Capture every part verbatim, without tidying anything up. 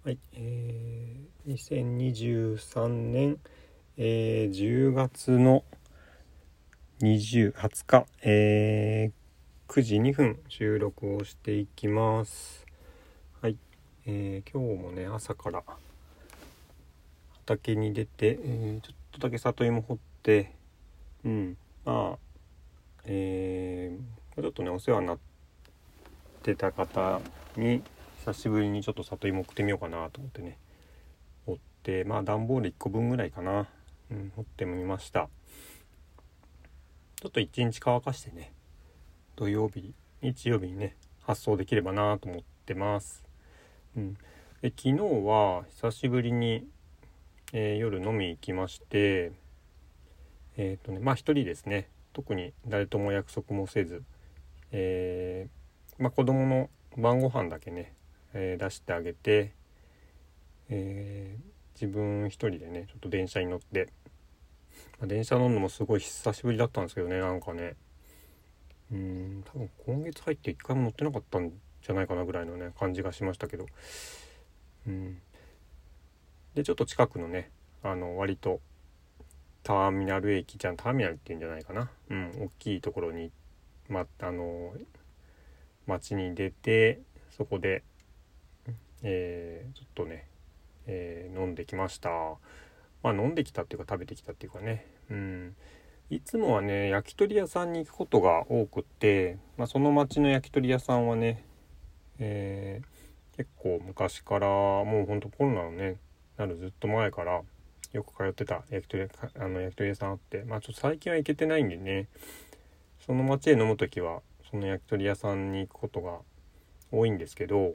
はい、えー、にせんにじゅうさんねん、えー、じゅうがつのにじゅう、はつか、えー、くじにふん収録をしていきます。はい、えー、今日もね朝から畑に出て、えー、ちょっとだけ里芋掘って、うんまあえー、ちょっとねお世話になってた方に久しぶりにちょっと里芋送ってみようかなと思ってね掘って、まあ段ボールいっこぶんぐらいかな、うん、掘ってみました。ちょっといちにち乾かしてね土曜日日曜日にね発送できればなと思ってます。うん、で昨日は久しぶりに、えー、夜飲み行きまして、えーとね、まあ一人ですね。特に誰とも約束もせず、えーまあ、子供の晩ご飯だけね、えー、出してあげて、えー、自分一人でねちょっと電車に乗って、まあ、電車乗るのもすごい久しぶりだったんですけどね、なんかねうーん多分今月入って一回も乗ってなかったんじゃないかなぐらいのね感じがしましたけど、うんでちょっと近くのねあの割とターミナル駅じゃんターミナルっていうんじゃないかな、うん大きいところにまあの街に出てそこで、えー、ちょっとね、えー、飲んできました。まあ飲んできたっていうか食べてきたっていうかね、うんいつもはね焼き鳥屋さんに行くことが多くって、まあ、その町の焼き鳥屋さんはね、えー、結構昔からもうほんとコロナのねなるずっと前からよく通ってた焼き鳥あの焼き鳥屋さんあって、まあちょっと最近は行けてないんでね、その町へ飲むときはその焼き鳥屋さんに行くことが多いんですけど、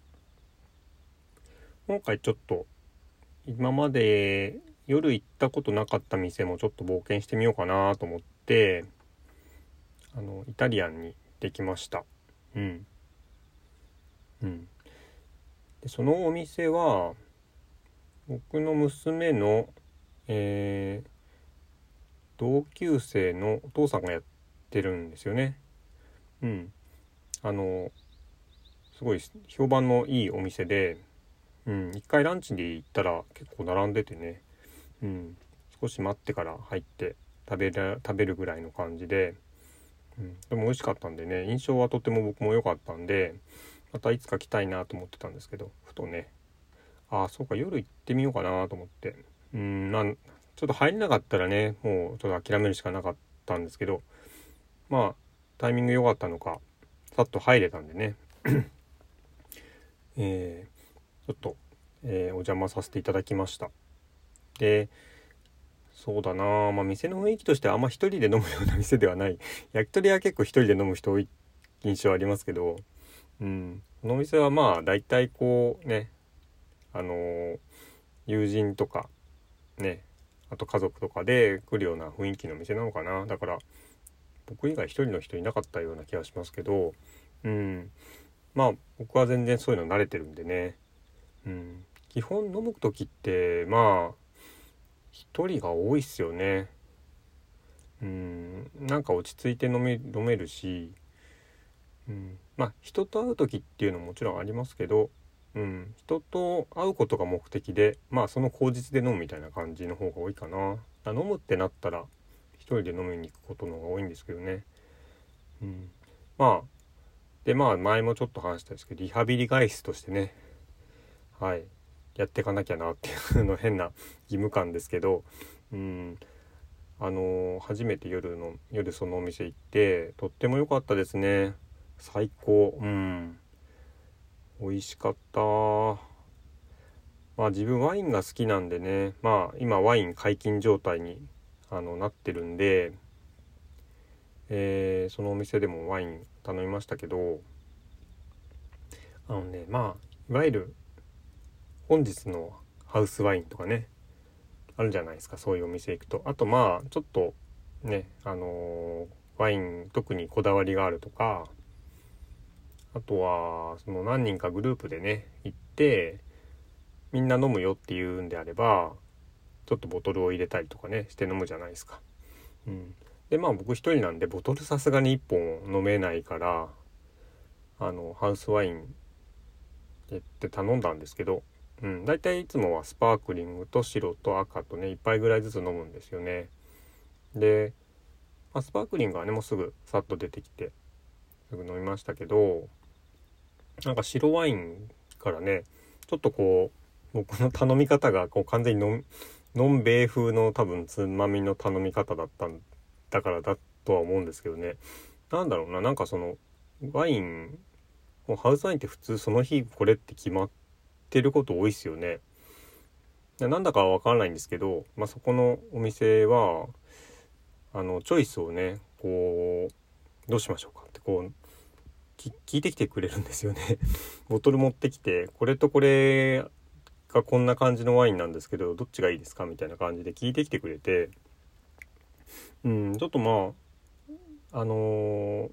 今回ちょっと今まで夜行ったことなかった店もちょっと冒険してみようかなと思ってあのイタリアンにできました。うんうんでそのお店は僕の娘の、えー、同級生のお父さんがやってるんですよね。うんあのすごい評判のいいお店で、うん一回ランチで行ったら結構並んでてね、うん少し待ってから入って食べる食べるぐらいの感じで、うん、でも美味しかったんでね印象はとても僕も良かったんでまたいつか来たいなと思ってたんですけど、ふとねああそうか夜行ってみようかなと思って、うんなんちょっと入れなかったらねもうちょっと諦めるしかなかったんですけど、まあタイミング良かったのかさっと入れたんでねえー、ちょっと、えーお邪魔させていただきました。でそうだなまあ店の雰囲気としてはあんま一人で飲むような店ではない。焼き鳥は結構一人で飲む人多い印象ありますけど、うんこのお店はまあだいたいこうねあのー友人とかねあと家族とかで来るような雰囲気の店なのかな。だから僕以外一人の人いなかったような気がしますけど、うんまあ僕は全然そういうの慣れてるんでね、うん基本飲む時ってまあ一人が多いっすよね。うんなんか落ち着いて飲め、飲めるし、うん、まあ人と会う時っていうのももちろんありますけど、うん、人と会うことが目的でまあその口実で飲むみたいな感じの方が多いかな。飲むってなったら一人で飲みに行くことの方が多いんですけどね、うん、まあでまあ前もちょっと話したんですけどリハビリ外出としてねはいやっていかなきゃなっていうの変な義務感ですけど、うんあのー初めて夜の夜そのお店行ってとっても良かったですね。最高。うん美味しかった。まあ自分ワインが好きなんでね、まあ今ワイン解禁状態にあのなってるんで、えーそのお店でもワイン頼みましたけど、あのねまあいわゆる本日のハウスワインとかねあるじゃないですか、そういうお店行くと。あとまあちょっとねあのーワイン特にこだわりがあるとか、あとはその何人かグループでね行ってみんな飲むよっていうんであればちょっとボトルを入れたりとかねして飲むじゃないですか。うん、でまあ僕一人なんでボトルさすがにいっぽん飲めないからあのハウスワインって頼んだんですけど、 うん、だいたいいつもはスパークリングと白と赤とねいっぱいぐらいずつ飲むんですよね。で、まあ、スパークリングはねもうすぐさっと出てきてすぐ飲みましたけど、なんか白ワインからねちょっとこう僕の頼み方がこう完全にノン、ノン米風の多分つまみの頼み方だったんだからだとは思うんですけどね。なんだろうな、なんかそのワインもうハウスワインって普通その日これって決まってること多いですよね。なんだかは分からないんですけど、まあ、そこのお店はあのチョイスをねこうどうしましょうかってこう聞いてきてくれるんですよねボトル持ってきて、これとこれがこんな感じのワインなんですけどどっちがいいですかみたいな感じで聞いてきてくれて、うんちょっとまああのー、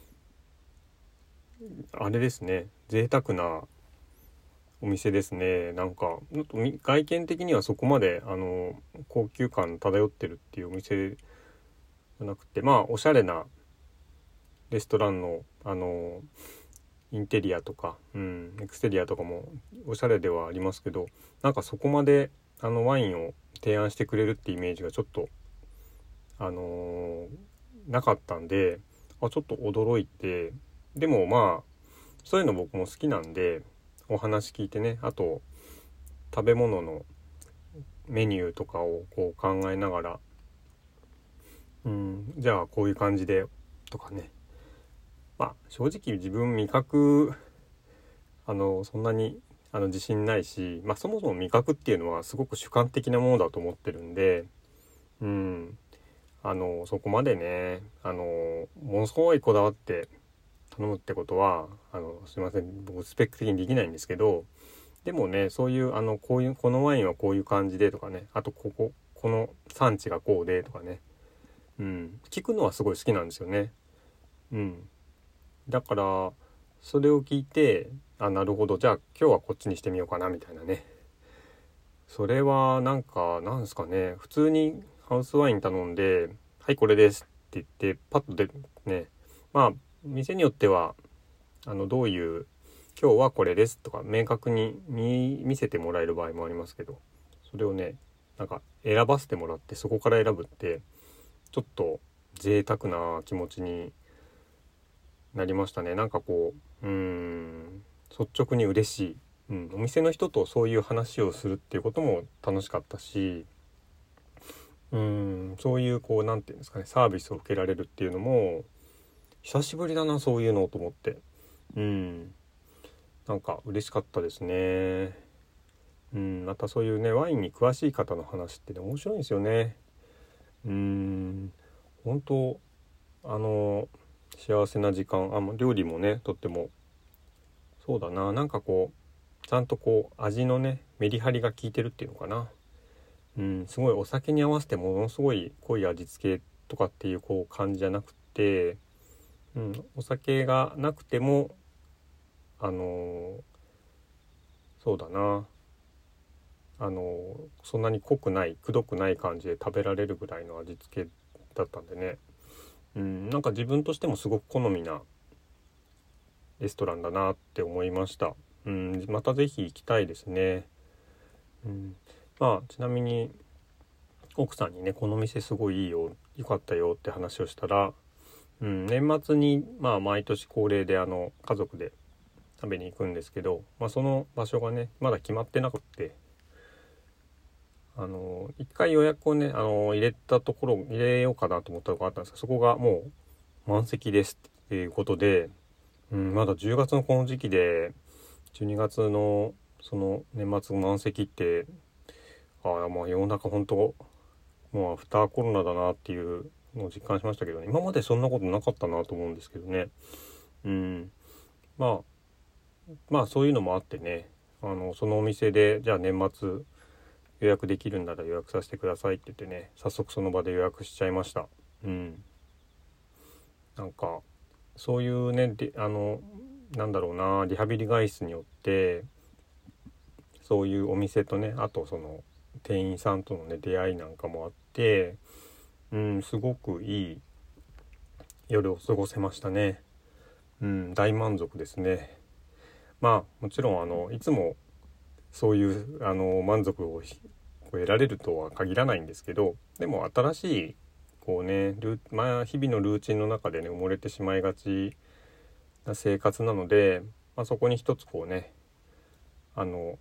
あれですね、贅沢なお店ですね。なんか外見的にはそこまであの高級感漂ってるっていうお店じゃなくて、まあおしゃれなレストランのあのインテリアとか、うん、エクステリアとかもおしゃれではありますけど、なんかそこまであのワインを提案してくれるってイメージがちょっとあのー、なかったんで、あちょっと驚いて、でもまあそういうの僕も好きなんでお話聞いてね、あと食べ物のメニューとかをこう考えながら、うん、じゃあこういう感じでとかね、まあ正直自分味覚あのそんなにあの自信ないし、まあそもそも味覚っていうのはすごく主観的なものだと思ってるんで、うんあのそこまでねあのものすごいこだわって頼むってことはあのすいません僕スペック的にできないんですけど、でもねそういうあのこういうこのワインはこういう感じでとかね、あとこここの産地がこうでとかね、うん聞くのはすごい好きなんですよね。うんだからそれを聞いて、あなるほどじゃあ今日はこっちにしてみようかなみたいなね。それはなんかなんですかね、普通にハウスワイン頼んではいこれですって言ってパッとでね、まあ店によってはあのどういう今日はこれですとか明確に 見, 見せてもらえる場合もありますけど、それをねなんか選ばせてもらってそこから選ぶってちょっと贅沢な気持ちになりましたね。なんかこううーん率直に嬉しい、うん、お店の人とそういう話をするっていうことも楽しかったし、うーんそういうこうなんていうんですかねサービスを受けられるっていうのも久しぶりだなそういうのと思って、うんなんか嬉しかったですね。うんまたそういうねワインに詳しい方の話って、ね、面白いんですよね。うん本当あの幸せな時間、あ料理もねとってもそうだな、なんかこうちゃんとこう味のねメリハリが効いてるっていうのかな。うんすごいお酒に合わせてものすごい濃い味付けとかっていうこう感じじゃなくて、うん、お酒がなくてもあのー、そうだなあのー、そんなに濃くないくどくない感じで食べられるぐらいの味付けだったんでね、うん、なんか自分としてもすごく好みなレストランだなって思いました。うん、またぜひ行きたいですね。うん、まあちなみに奥さんにねこの店すごいいいよよかったよって話をしたら、うん、年末にまあ毎年恒例であの家族で食べに行くんですけど、まあ、その場所がねまだ決まってなくって、あの一回予約をねあの入れたところ入れようかなと思ったところあったんですけど、そこがもう満席ですっていうことで、うん、まだじゅうがつのこの時期でじゅうにがつのその年末満席って、ああまあ世の中本当もうアフターコロナだなっていうのを実感しましたけどね、今までそんなことなかったなと思うんですけどね。うんまあまあそういうのもあってね、あのそのお店でじゃあ年末予約できるんなら予約させてくださいって言ってね、早速その場で予約しちゃいました。うんなんかそういうねであのなんだろうなリハビリ外出によってそういうお店とね、あとその店員さんとのね出会いなんかもあって、うんすごくいい夜を過ごせましたね。うん大満足ですね。まあもちろんあのいつもそういうあの満足を得られるとは限らないんですけど、でも新しいこうねル、まあ、日々のルーチンの中でね埋もれてしまいがちな生活なので、まあ、そこに一つこうねあの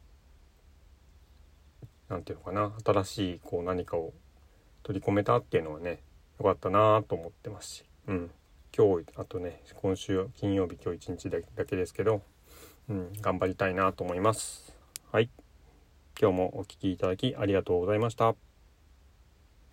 なんていうのかな、新しいこう何かを取り込めたっていうのはねよかったなと思ってますし、うん、今日あとね今週金曜日今日一日だけですけど、うん、頑張りたいなと思います。はい、今日もお聞きいただきありがとうございました。